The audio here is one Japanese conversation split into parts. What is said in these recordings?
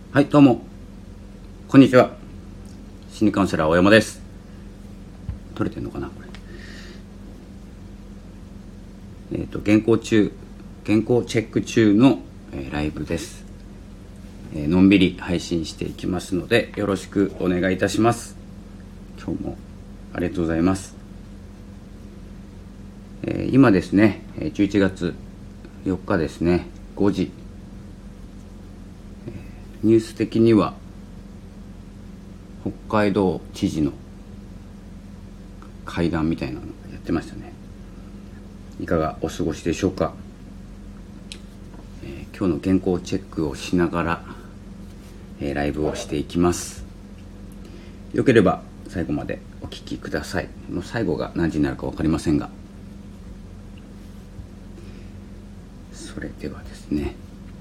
はい、どうもこんにちは。心理カウンセラー大山です。撮れてんのかなこれ。原稿チェック中の、ライブです。のんびり配信していきますのでよろしくお願いいたします。今日もありがとうございます。今ですね11月4日ですね5時、ニュース的には北海道知事の会談みたいなのやってましたね。いかがお過ごしでしょうか。今日の原稿チェックをしながら、ライブをしていきます。よければ最後までお聞きください。もう最後が何時になるか分かりませんが、それではですね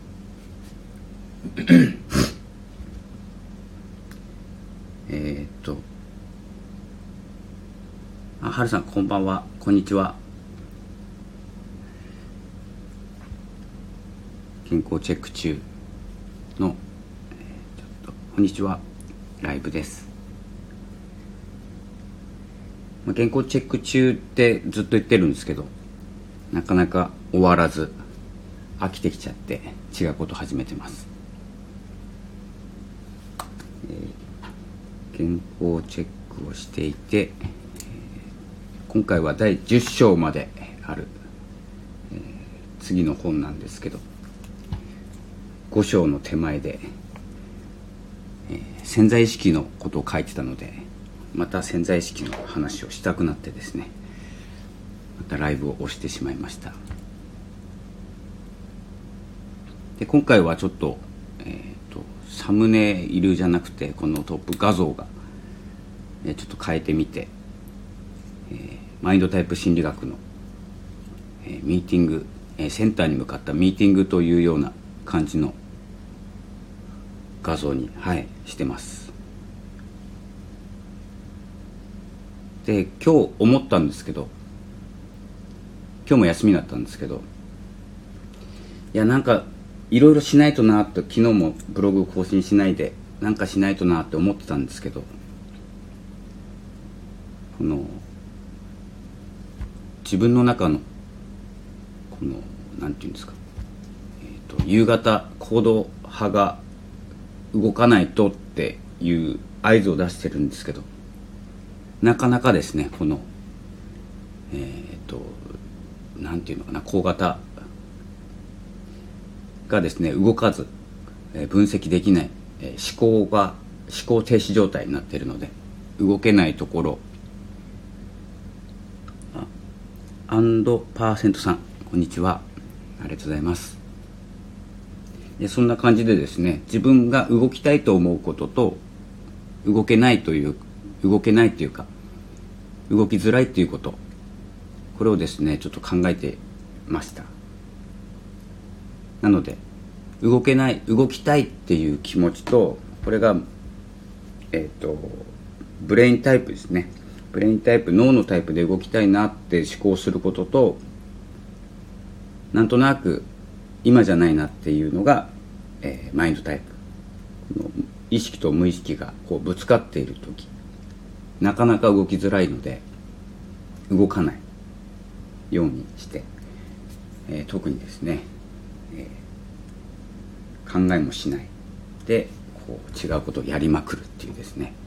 はるさんこんばんは、こんにちは。健康チェック中の、こんにちはライブです。健康チェック中ってずっと言ってるんですけど、なかなか終わらず飽きてきちゃって違うこと始めてます。健康チェックをしていて、今回は第10章まである、次の本なんですけど、5章の手前で、潜在意識のことを書いてたので、また潜在意識の話をしたくなってですね、またライブを押してしまいました。で今回はちょっと、サムネイルじゃなくてこのトップ画像が、ちょっと変えてみて、マインドタイプ心理学の、ミーティング、センターに向かったミーティングというような感じの画像に、してます。で今日思ったんですけど、今日も休みだったんですけど、いやなんかいろいろしないとなって、昨日もブログを更新しないでなんかしないとなって思ってたんですけど、この自分の中のこのなんていうんですか、夕方行動派が動かないとっていう合図を出してるんですけど、なかなかですねこのなんていうのかな、高型がですね動かず、分析できない、思考停止状態になっているので動けないところ、アンドパーセントさんこんにちは、ありがとうございます。でそんな感じでですね、自分が動きたいと思うことと動けないというか動きづらいということ、これをですねちょっと考えてました。なので動きたいっていう気持ちと、これがブレインタイプですね。ブレインタイプ、脳のタイプで動きたいなって思考することと、なんとなく今じゃないなっていうのが、マインドタイプ。意識と無意識がこうぶつかっている時、なかなか動きづらいので動かないようにして、特にですね、考えもしないでこう違うことをやりまくるっていうですね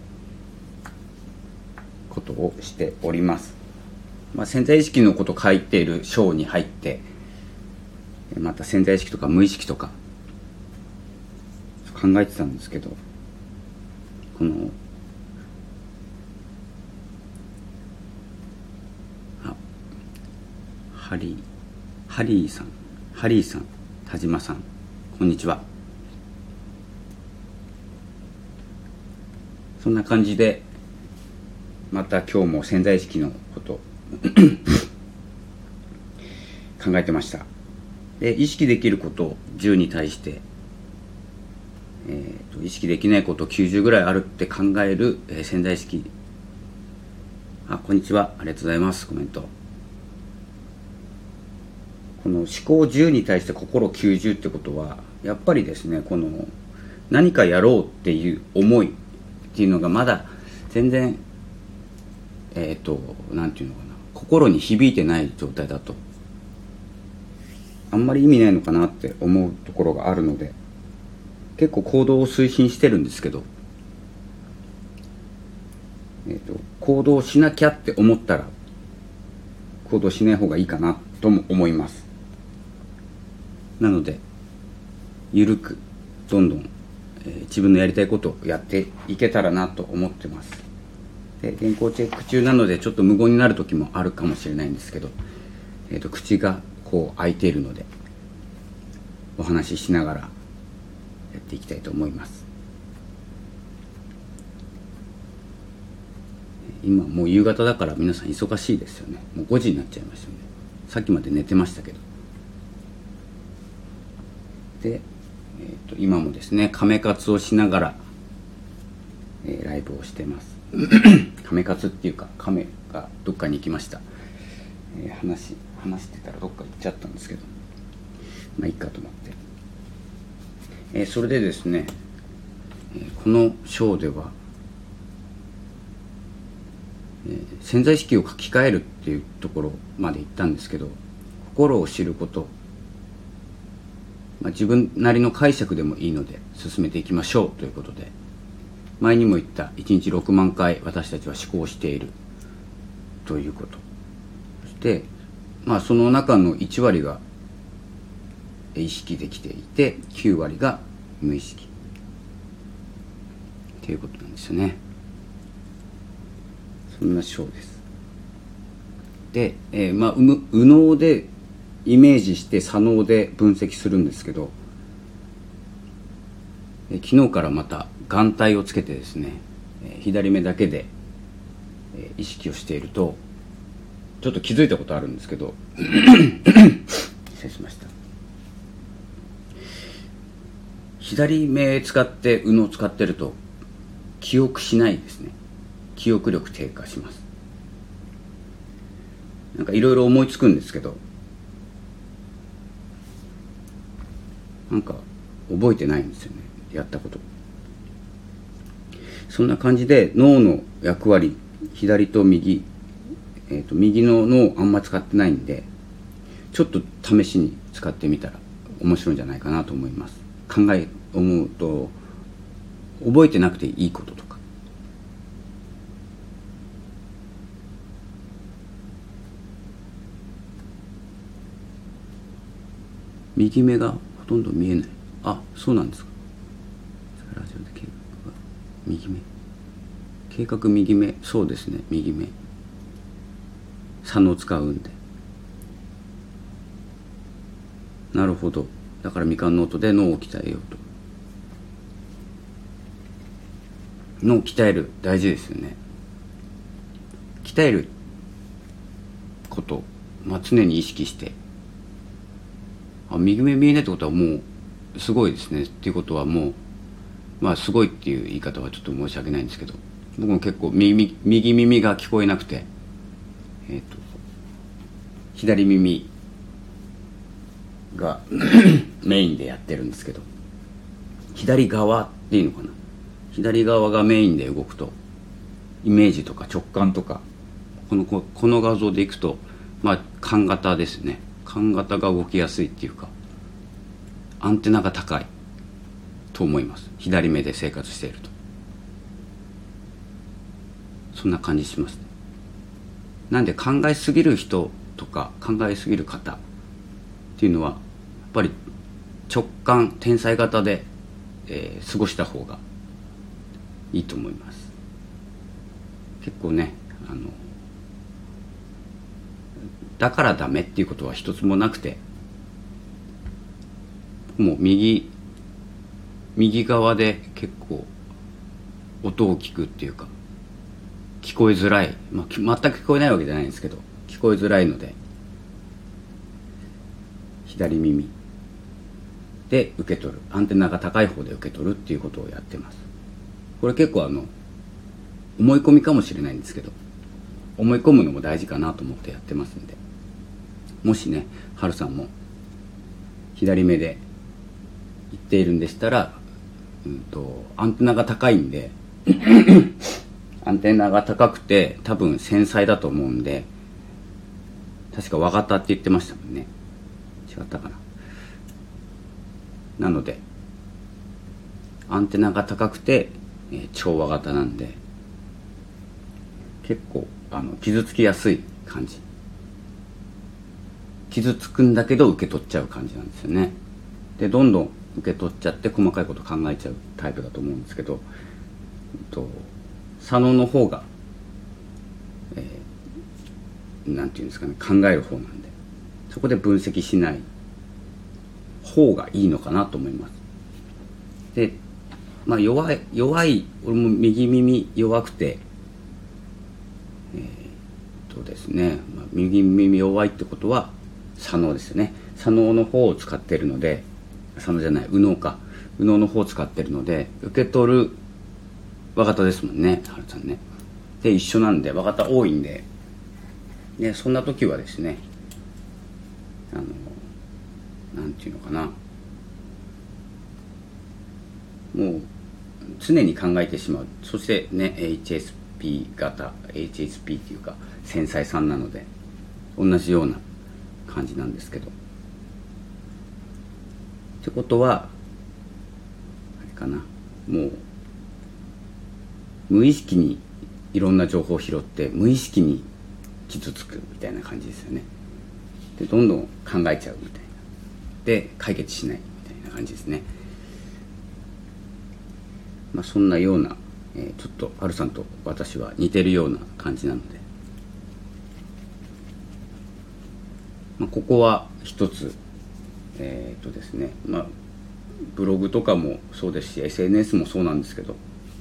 ことをしております。潜在意識のことを書いている章に入って、また潜在意識とか無意識とか考えてたんですけど、このハリーさん、田島さんこんにちは。そんな感じでまた今日も潜在意識のこと考えてました。で意識できること10に対して、意識できないこと90ぐらいあるって考える、潜在意識。こんにちは、ありがとうございます。コメント。この思考10に対して心90ってことは、やっぱりですねこの何かやろうっていう思いっていうのがまだ全然なんていうのかな、心に響いてない状態だとあんまり意味ないのかなって思うところがあるので、結構行動を推進してるんですけど、行動しなきゃって思ったら行動しない方がいいかなとも思います。なのでゆるくどんどん、自分のやりたいことをやっていけたらなと思ってます。で、原稿チェック中なのでちょっと無言になる時もあるかもしれないんですけど、口がこう開いているのでお話ししながらやっていきたいと思います。今もう夕方だから皆さん忙しいですよね。もう5時になっちゃいましたよね。さっきまで寝てましたけど。で、今もですねカメ活をしながら、ライブをしてますカメ活っていうかカメがどっかに行きました。話してたらどっか行っちゃったんですけど、まあいいかと思って、それでですね、この章では、潜在意識を書き換えるっていうところまで行ったんですけど、心を知ること、自分なりの解釈でもいいので進めていきましょうということで、前にも言った1日6万回私たちは思考しているということ、そして、その中の1割が意識できていて9割が無意識ということなんですよね。そんな章です。で、右脳でイメージして左脳で分析するんですけど、昨日からまた眼帯をつけてですね、左目だけで意識をしているとちょっと気づいたことあるんですけど失礼しました。左目使って右脳使ってると記憶しないですね。記憶力低下します。なんかいろいろ思いつくんですけど、なんか覚えてないんですよね、やったこと。そんな感じで脳の役割、左と右、右の脳あんま使ってないんで、ちょっと試しに使ってみたら面白いんじゃないかなと思います。思うと覚えてなくていいこととか、右目がほとんど見えない。あ、そうなんですか。ラジオで計画が右目、計画右目、そうですね、右目左脳使うんで。なるほど。だからみかんノートで脳を鍛えようと。脳を鍛える大事ですよね。鍛えること、常に意識して、右目見えないってことはもうすごいですねっていうことはもうすごいっていう言い方はちょっと申し訳ないんですけど、僕も結構右耳が聞こえなくて、左耳がメインでやってるんですけど、左側っていうのかな、左側がメインで動くとイメージとか直感とか、この画像でいくと感型ですね。感型が動きやすいっていうか、アンテナが高いと思います。左目で生活しているとそんな感じしますね。なんで考えすぎる人とか考えすぎる方っていうのはやっぱり直感天才型で、過ごした方がいいと思います。結構ね、だからダメっていうことは一つもなくて、もう右側で結構音を聞くっていうか、聞こえづらい、全く聞こえないわけじゃないんですけど、聞こえづらいので左耳で受け取る、アンテナが高い方で受け取るっていうことをやってます。これ結構思い込みかもしれないんですけど、思い込むのも大事かなと思ってやってますんで、もしね、はるさんも左目で言っているんでしたら、 アンテナが高いんでアンテナが高くて多分繊細だと思うんで、確か和型って言ってましたもんね。違ったかな。なのでアンテナが高くて、超和型なんで結構傷つきやすい感じ、傷つくんだけど受け取っちゃう感じなんですよね。でどんどん受け取っちゃって細かいこと考えちゃうタイプだと思うんですけど、左脳の方が、なんていうんですかね、考える方なんで、そこで分析しない方がいいのかなと思います。で弱い俺も右耳弱くてですね、右耳弱いってことは左脳ですよね。左脳の方を使ってるので、左脳じゃない、右脳の方を使ってるので、受け取る和型ですもんね、はるさんね。で一緒なんで和型多いんで、そんな時はですね、なんていうのかな、もう常に考えてしまう。そしてね HSP っていうか繊細さんなので同じような感じなんですけど、ってことはあれかな、もう無意識にいろんな情報を拾って無意識に傷つくみたいな感じですよね。でどんどん考えちゃうみたいな、で解決しないみたいな感じですね。そんなような、ちょっとはるさんと私は似てるような感じなので、ここは一つですね、ブログとかもそうですし SNS もそうなんですけど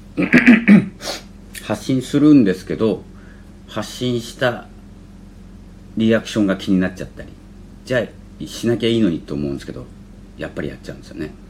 発信するんですけど、発信したリアクションが気になっちゃったり、じゃあしなきゃいいのにと思うんですけど、やっぱりやっちゃうんですよね。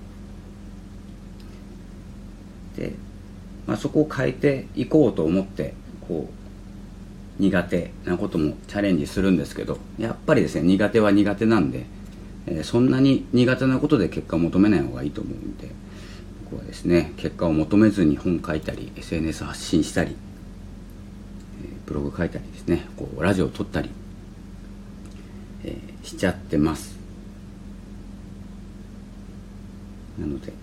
で、そこを変えていこうと思って苦手なこともチャレンジするんですけど、やっぱりですね、苦手は苦手なんで、そんなに苦手なことで結果を求めない方がいいと思うんで、僕はですね、結果を求めずに本書いたり SNS 発信したり、ブログ書いたりですね、ラジオを撮ったり、しちゃってます。なので、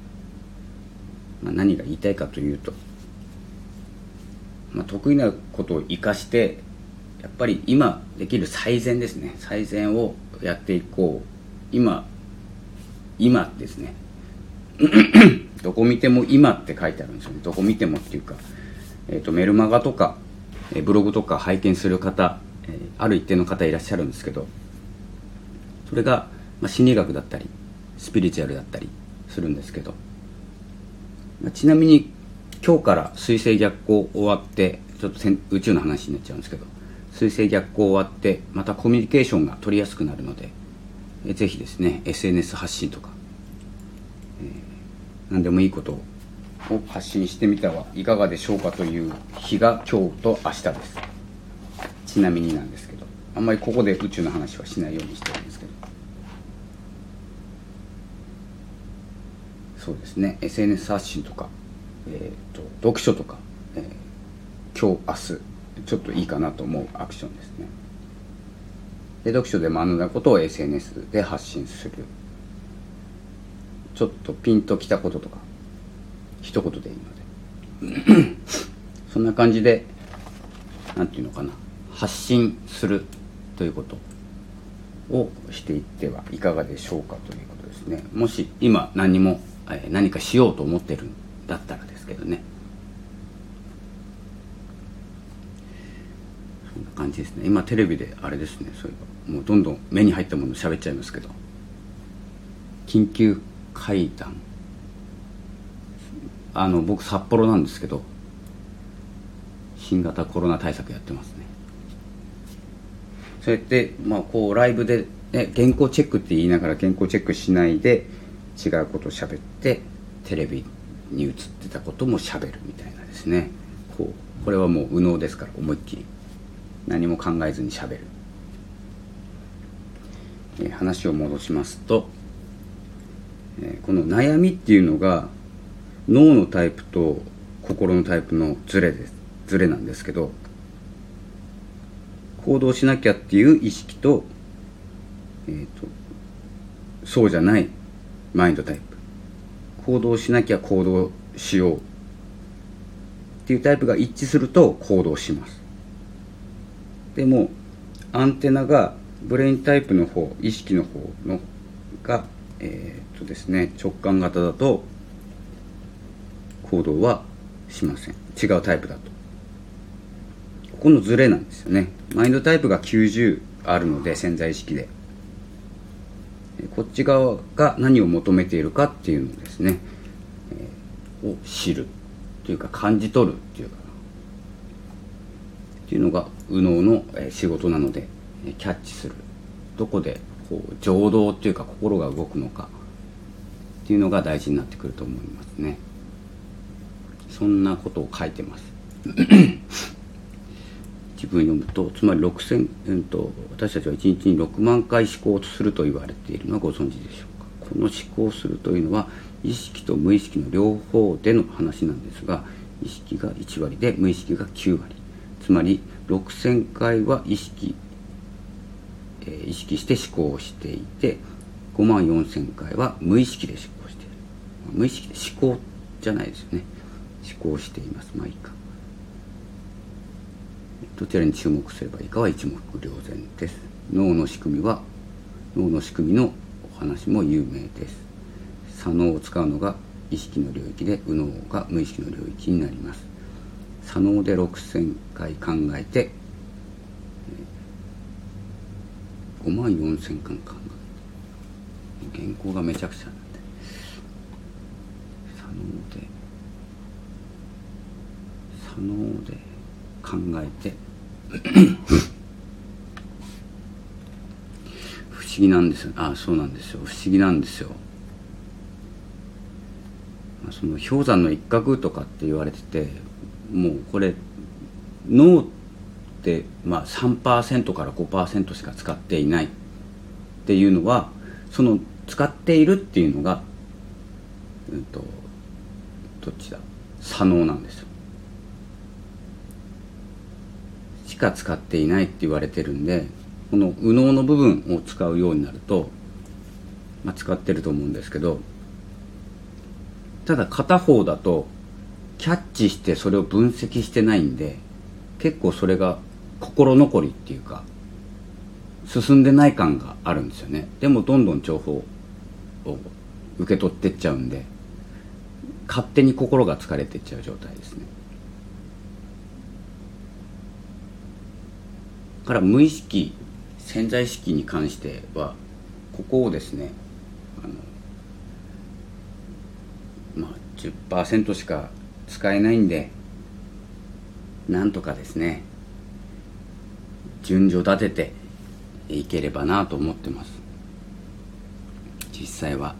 何が言いたいかというと、得意なことを生かして、やっぱり今できる最善ですね、最善をやっていこう。今ですねどこ見ても今って書いてあるんですよね。どこ見てもっていうか、メルマガとかブログとか拝見する方、ある一定の方いらっしゃるんですけど、それが、心理学だったりスピリチュアルだったりするんですけど、ちなみに今日から水星逆行終わって、ちょっと宇宙の話になっちゃうんですけど、水星逆行終わってまたコミュニケーションが取りやすくなるので、ぜひですね SNS 発信とか、何でもいいことを発信してみてはいかがでしょうかという日が今日と明日です。ちなみになんですけど、あんまりここで宇宙の話はしないようにしてるんですけど、そうですね、 SNS 発信とか、読書とか、今日明日ちょっといいかなと思うアクションですね。で読書で学んだことを SNS で発信する。ちょっとピンときたこととか一言でいいのでそんな感じで、なんていうのかな、発信するということをしていってはいかがでしょうかということですね。もし今何かしようと思ってるんだったらですけどね、そんな感じですね。今テレビであれですね、そういえばもうどんどん目に入ったもの喋っちゃいますけど、緊急会談、僕札幌なんですけど、新型コロナ対策やってますね。そうやってライブで、原稿チェックって言いながら原稿チェックしないで違うことを喋って、テレビに映ってたことも喋るみたいなですね。これはもう右脳ですから、思いっきり何も考えずに喋る。話を戻しますと、この悩みっていうのが脳のタイプと心のタイプのズレなんですけど、行動しなきゃっていう意識と、そうじゃないマインドタイプ、行動しなきゃ行動しようっていうタイプが一致すると行動します。でもアンテナがブレインタイプの方、意識の方のがですね、直感型だと行動はしません。違うタイプだと。ここのズレなんですよね。マインドタイプが90あるので、潜在意識でこっち側が何を求めているかっていうのをですね、を知るというか感じ取るっていうのが右脳の仕事なので、キャッチする、どこでこう情動っていうか心が動くのかっていうのが大事になってくると思いますね。そんなことを書いてます一文読むと、つまり私たちは1日に6万回思考すると言われているのはご存知でしょうか。この思考するというのは意識と無意識の両方での話なんですが、意識が1割で無意識が9割、つまり6000回は意識して思考をしていて、54000回は無意識で思考している。無意識で思考じゃないですよね、思考しています。まあいいか。どちらに注目すればいいかは一目瞭然です。脳の仕組みのお話も有名です。左脳を使うのが意識の領域で、右脳が無意識の領域になります。左脳で6000回考えて、54000回考えて、原稿がめちゃくちゃなんで、左脳で考えて不思議なんですよ。そうなんですよ、不思議なんですよ。その氷山の一角とかって言われてて、もうこれ脳って3% から 5% しか使っていないっていうのは、その使っているっていうのがどっちだ、左脳なんですよ。しか使っていないって言われてるんで、この右脳の部分を使うようになると、使ってると思うんですけど、ただ片方だとキャッチしてそれを分析してないんで、結構それが心残りっていうか進んでない感があるんですよね。でもどんどん情報を受け取ってっちゃうんで、勝手に心が疲れてっちゃう状態ですね。だから無意識、潜在意識に関してはここをですね、10% しか使えないんで、なんとかですね順序立てていければなと思ってます。実際は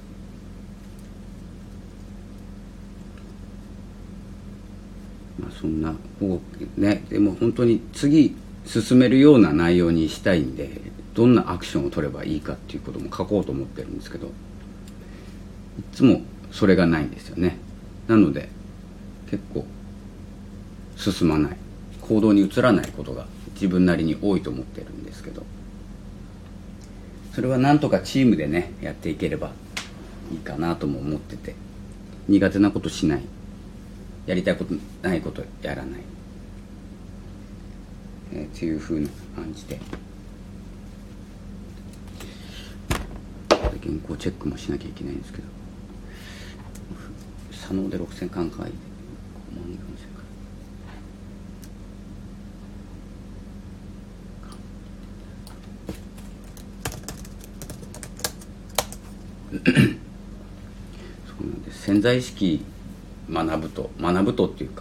そんなね、でも本当に次進めるような内容にしたいんで、どんなアクションを取ればいいかっていうことも書こうと思ってるんですけど、いつもそれがないんですよね。なので結構進まない、行動に移らないことが自分なりに多いと思ってるんですけど、それはなんとかチームでねやっていければいいかなとも思ってて、苦手なことしない、やりたいことないことやらない、っていう風な感じで、原稿チェックもしなきゃいけないんですけど、左脳で6000考えて5万4000回、そうなんです。潜在意識学ぶとっていうか、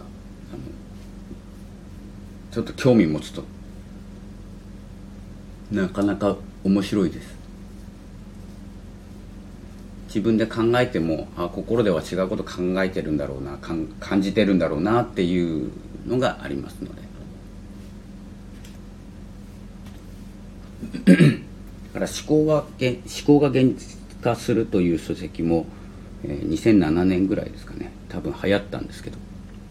ちょっと興味持つとなかなか面白いです。自分で考えても心では違うこと考えてるんだろうな、感じてるんだろうなっていうのがありますのでだから思考が現実化するという書籍も 2007年ぐらいですかね、多分流行ったんですけど、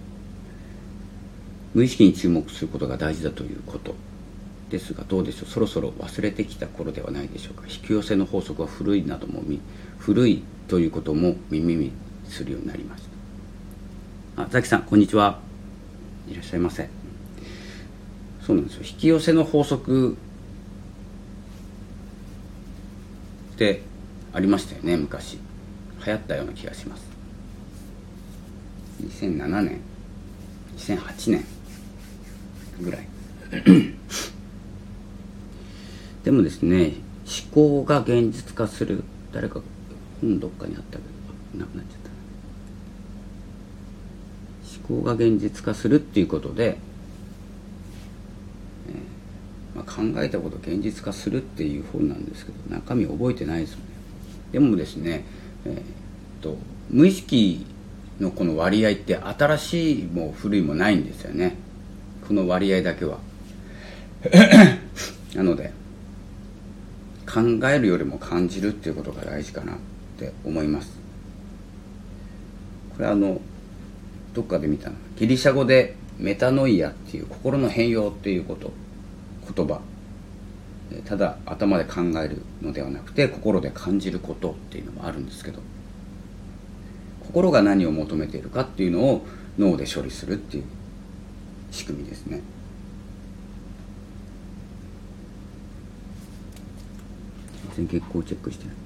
無意識に注目することが大事だということですが、どうでしょう、そろそろ忘れてきた頃ではないでしょうか。引き寄せの法則は古いということも耳にするようになりました。ザキさん、こんにちは。いらっしゃいませ。そうなんですよ、引き寄せの法則ってありましたよね。昔流行ったような気がします。2007年2008年ぐらいでもですね、思考が現実化する、誰か本どっかにあったけどなくなっちゃった。思考が現実化するっていうことで、考えたことを現実化するっていう本なんですけど、中身覚えてないですよね。でもですね、無意識のこの割合って新しいも古いもないんですよね、この割合だけはなので考えるよりも感じるっていうことが大事かなって思います。これどっかで見たの、ギリシャ語でメタノイアっていう心の変容っていう言葉、ただ頭で考えるのではなくて心で感じることっていうのもあるんですけど、心が何を求めているかっていうのを脳で処理するっていう仕組みですね。全然結構チェックしてない。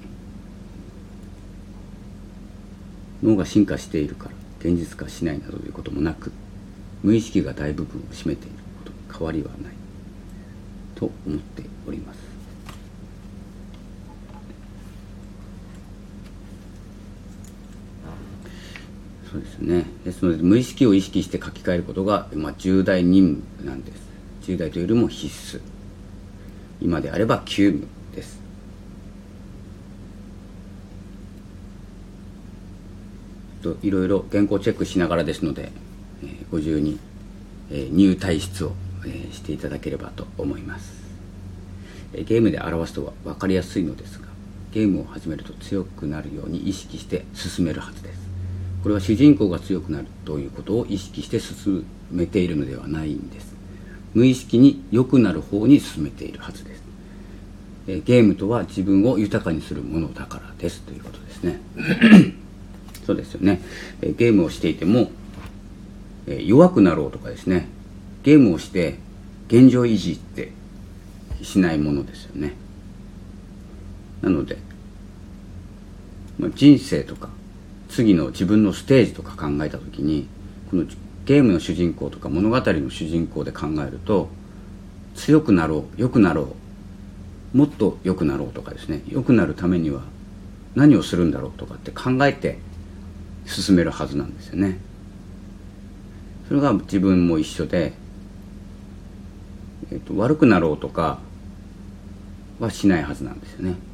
脳が進化しているから現実化しないなどということもなく、無意識が大部分を占めていることに変わりはないと思っております。そうですね。ですので無意識を意識して書き換えることが、重大任務なんです。重大というよりも必須、今であれば急務です。いろいろ原稿チェックしながらですので、ご自由に、入退出を、していただければと思います。ゲームで表すと分かりやすいのですが、ゲームを始めると強くなるように意識して進めるはずです。これは主人公が強くなるということを意識して進めているのではないんです。無意識に良くなる方に進めているはずです。ゲームとは自分を豊かにするものだからですということですねそうですよね。ゲームをしていても、弱くなろうとかですね、ゲームをして現状維持ってしないものですよね。なので、人生とか次の自分のステージとか考えた時に、このゲームの主人公とか物語の主人公で考えると、強くなろう、良くなろう、もっと良くなろうとかですね、良くなるためには何をするんだろうとかって考えて進めるはずなんですよね。それが自分も一緒で、悪くなろうとかはしないはずなんですよね。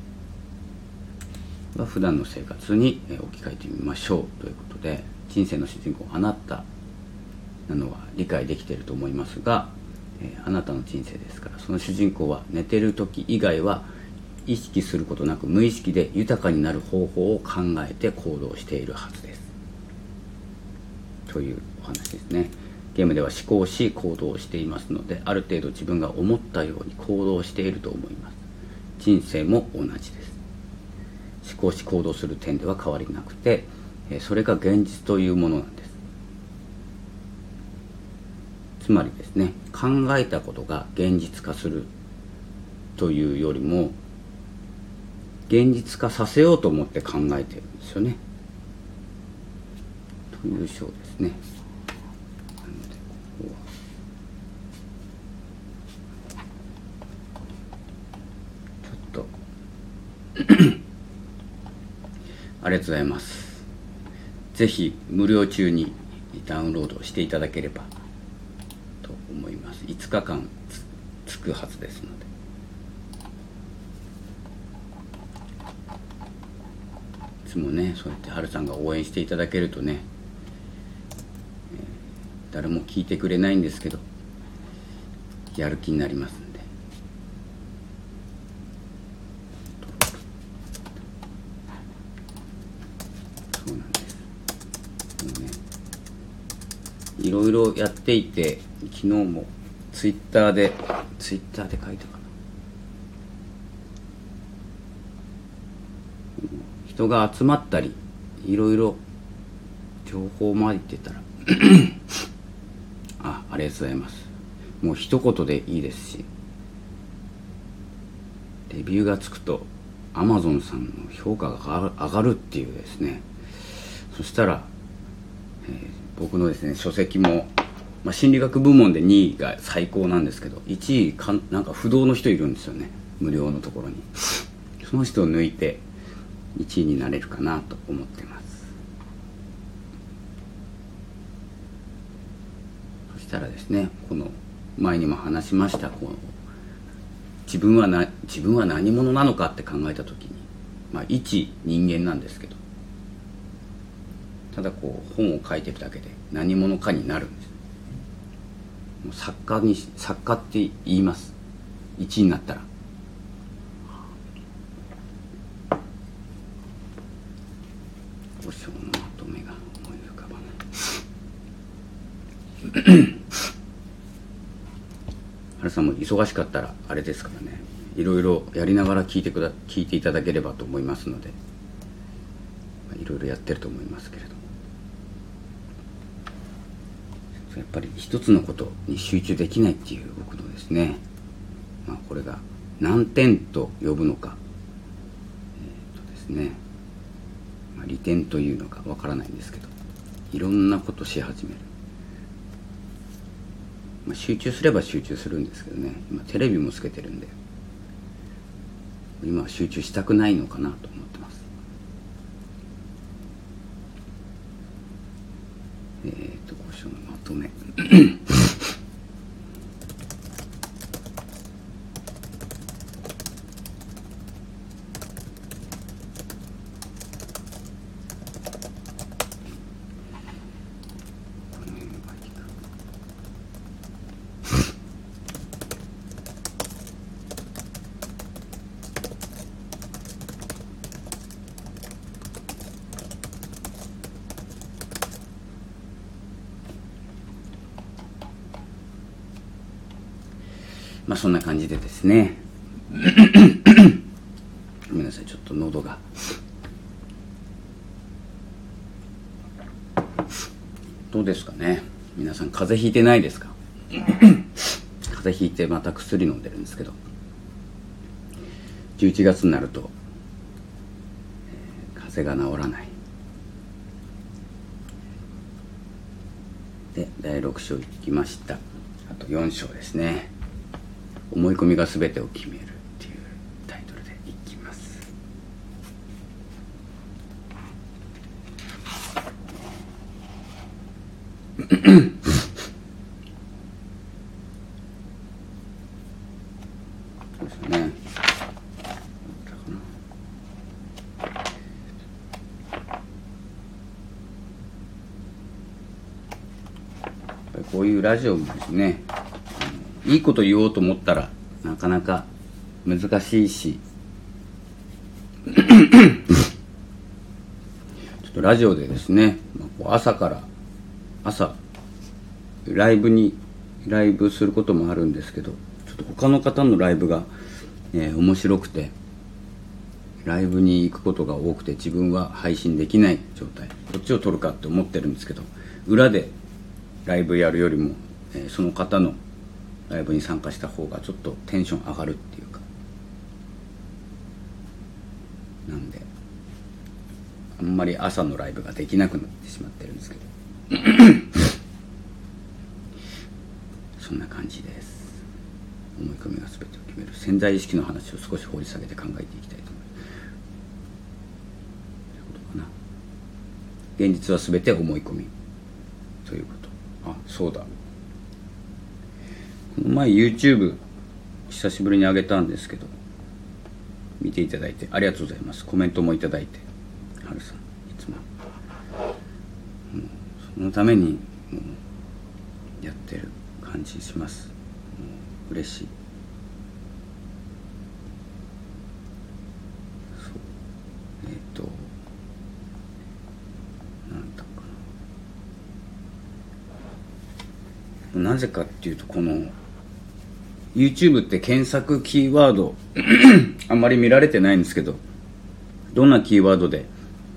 普段の生活に置き換えてみましょうということで、人生の主人公あなたなのは理解できていると思いますが、あなたの人生ですから、その主人公は寝てる時以外は意識することなく無意識で豊かになる方法を考えて行動しているはずですというお話ですね。ゲームでは思考し行動していますので、ある程度自分が思ったように行動していると思います。人生も同じです。思考し行動する点では変わりなくて、それが現実というものなんです。つまりですね、考えたことが現実化するというよりも、現実化させようと思って考えてるんですよねという章ですね。なのでここはちょっとありがとうございます。ぜひ無料中にダウンロードしていただければと思います。5日間つくはずですので。いつもね、そうやってはるさんが応援していただけるとね、誰も聞いてくれないんですけど、やる気になりますんで。 ろいろやっていて、昨日もツイッターで書いたかな、人が集まったりいろいろ情報をまいてたらありがとうございます。もう一言でいいですし、レビューがつくと Amazon さんの評価が上がるっていうですね。そしたら、僕のですね書籍も、心理学部門で2位が最高なんですけど、1位なんか不動の人いるんですよね、無料のところに。その人を抜いて1位になれるかなと思ってます。そしたらですね、この前にも話しました、自分は何者なのかって考えた時に、一人間なんですけど、ただ本を書いてるだけで何者かになるんです。もう作家って言います、1位になったら。故障のまとめが思い浮かばない原さんも忙しかったらあれですからね、いろいろやりながら聞いていただければと思いますので、いろいろやってると思いますけれども、やっぱり一つのことに集中できないっていう僕のですね、これが何点と呼ぶのか、ですね、利点というのかわからないんですけど、いろんなことし始める。集中すれば集中するんですけどね、今テレビもつけてるんで、今は集中したくないのかなと思ってます。交渉のまとめそんな感じでですねごめんなさい、ちょっと喉がどうですかね。皆さん風邪ひいてないですか風邪ひいてまた薬飲んでるんですけど、11月になると、風邪が治らない。で第6章いきました。あと4章ですね。思い込みが全てを決めるっていうタイトルでいきます。そうですね。こういうラジオもですね、いいこと言おうと思ったらなかなか難しいしちょっとラジオでですね、朝ライブすることもあるんですけど、ちょっと他の方のライブが、面白くてライブに行くことが多くて、自分は配信できない状態、どっちを取るかって思ってるんですけど、裏でライブやるよりも、その方のライブに参加した方がちょっとテンション上がるっていうか、なんであんまり朝のライブができなくなってしまってるんですけどそんな感じです。思い込みが全てを決める潜在意識の話を少し掘り下げて考えていきたいと思います。ということかな。現実は全て思い込みということ。そうだ、この前 YouTube 久しぶりに上げたんですけど、見ていただいてありがとうございます。コメントもいただいて、はるさんいつも、そのためにやってる感じします。嬉しい。そうなんだかな、 なぜかっていうと、この YouTube って検索キーワードあんまり見られてないんですけど、どんなキーワードで、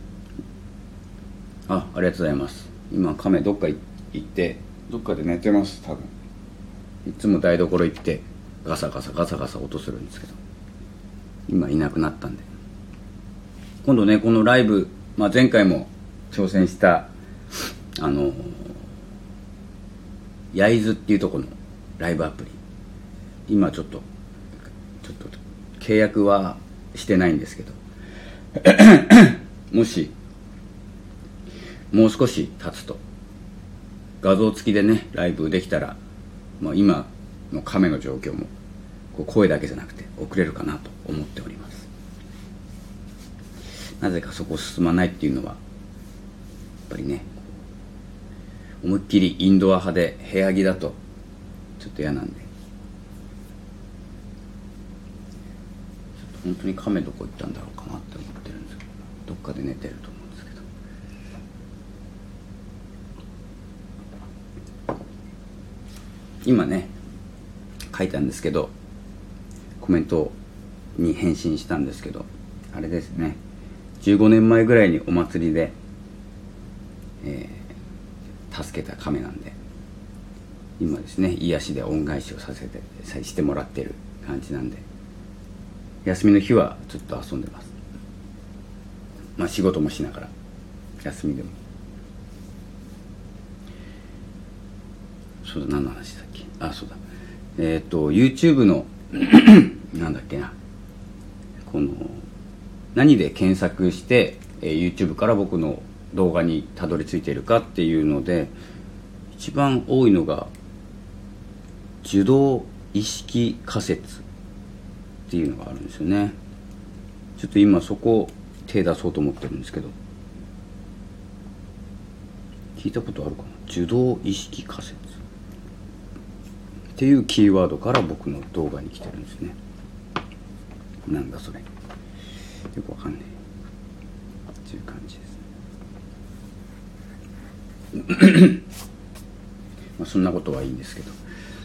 ありがとうございます。今亀どっか行ってどっかで寝てます。多分いつも台所行ってガサガサ音するんですけど、今いなくなったんで、今度ねこのライブ、前回も挑戦した焼津っていうところのライブアプリ、今ちょっと契約はしてないんですけどもしもう少し経つと画像付きでねライブできたら、今の亀の状況も声だけじゃなくて送れるかなと思っております。なぜかそこ進まないっていうのはやっぱりね、思いっきりインドア派で部屋着だとちょっと嫌なんで、ちょっと本当に亀どこ行ったんだろうかなって思ってるんですけど、どっかで寝てると思うんですけど、今ね書いたんですけど、コメントに返信したんですけど、あれですね、15年前ぐらいにお祭りで、助けた亀なんで、今ですね癒しで恩返しをしてもらってる感じなんで、休みの日はちょっと遊んでます。仕事もしながら、休みでも。そうだ、何の話だっけ。そうだ、YouTube のなんだっけな、この何で検索して、YouTube から僕の動画にたどり着いているかっていうので、一番多いのが受動意識仮説っていうのがあるんですよね。ちょっと今そこ手出そうと思ってるんですけど、聞いたことあるかな。受動意識仮説っていうキーワードから僕の動画に来てるんですね。なんだそれ、よくわかんないっていう感じですねそんなことはいいんですけど、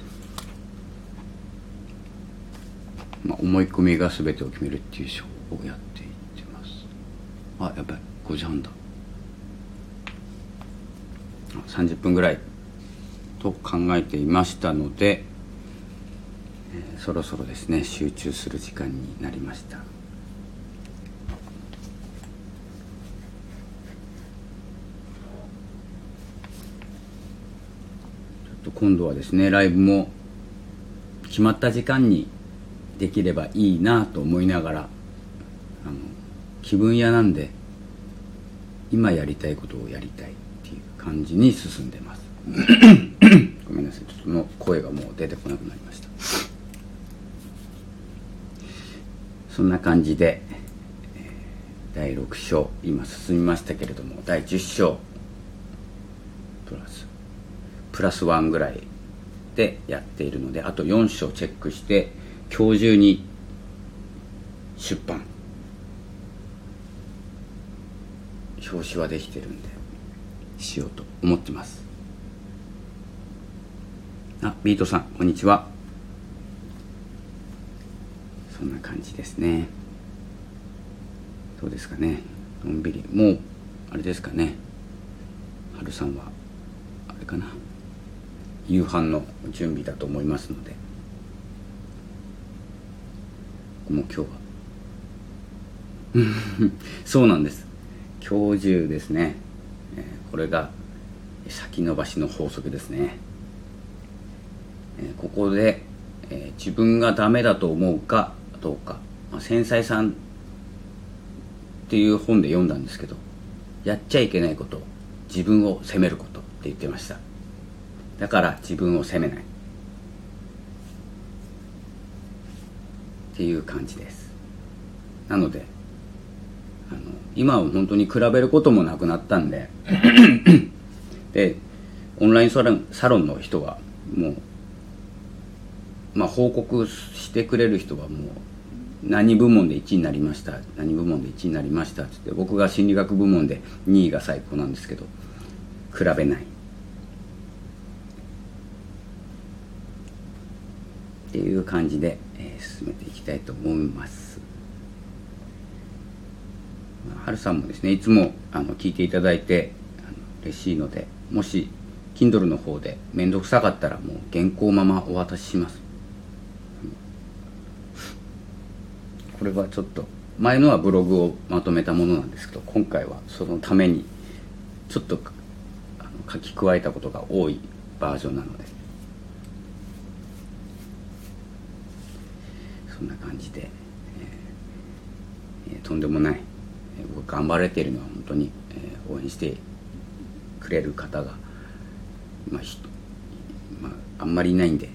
思い込みが全てを決めるっていうショーをやっていってます。やばい、5時半だ。30分ぐらいと考えていましたので、そろそろですね集中する時間になりました。ちょっと今度はですねライブも決まった時間にできればいいなと思いながら、気分屋なんで今やりたいことをやりたいっていう感じに進んでますごめんなさい、ちょっとの声がもう出てこなくなりました。そんな感じで、第6章今進みましたけれども、第10章プラス1ぐらいでやっているので、あと4章チェックして今日中に出版、表紙はできてるんでしようと思ってます。ビートさんこんにちは。そんな感じですね。どうですかね、のんびり。もうあれですかね、春さんはあれかな、夕飯の準備だと思いますので、もう今日はそうなんです、今日中ですね、これが先延ばしの法則ですね。ここで、自分がダメだと思うかどうか、繊細さんっていう本で読んだんですけど、やっちゃいけないこと、自分を責めることって言ってました。だから自分を責めないっていう感じです。なので今は本当に比べることもなくなったんででオンラインサロンの人はもう、報告してくれる人はもう何部門で1位になりました、何部門で1位になりましたって言って、僕が心理学部門で2位が最高なんですけど、比べない。 っていう感じで、進めていきたいと思います。はるさんもですね、いつも聞いていただいて嬉しいので、もし Kindle の方でめんどくさかったらもう原稿ままお渡しします。これはちょっと前のはブログをまとめたものなんですけど、今回はそのためにちょっと書き加えたことが多いバージョンなので、そんな感じで、とんでもない、僕頑張れているのは本当に、応援してくれる方が、あんまりいないんで、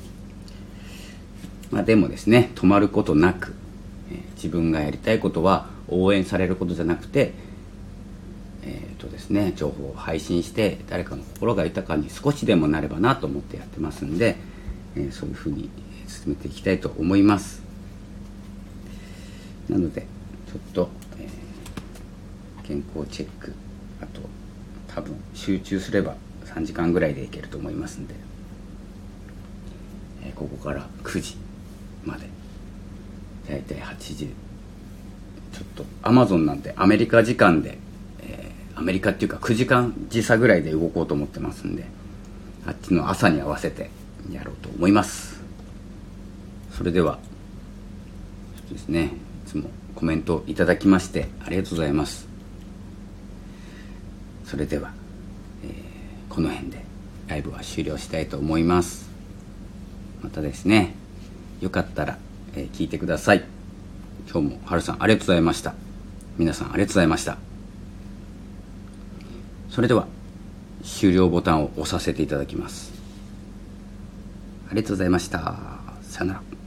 でもですね、止まることなく、自分がやりたいことは応援されることじゃなくて、ですね、情報を配信して誰かの心が豊かに少しでもなればなと思ってやってますんで、そういうふうに進めていきたいと思います。なのでちょっと、健康チェック、あと多分集中すれば3時間ぐらいでいけると思いますんで、ここから9時までだいたい8時、ちょっと Amazon なんてアメリカ時間で、アメリカっていうか9時間時差ぐらいで動こうと思ってますんで、あっちの朝に合わせてやろうと思います。それではですね、いつもコメントいただきましてありがとうございます。それでは、この辺でライブは終了したいと思います。またですね、よかったら、聞いてください。今日もはるさんありがとうございました。皆さんありがとうございました。それでは終了ボタンを押させていただきます。ありがとうございました。さよなら。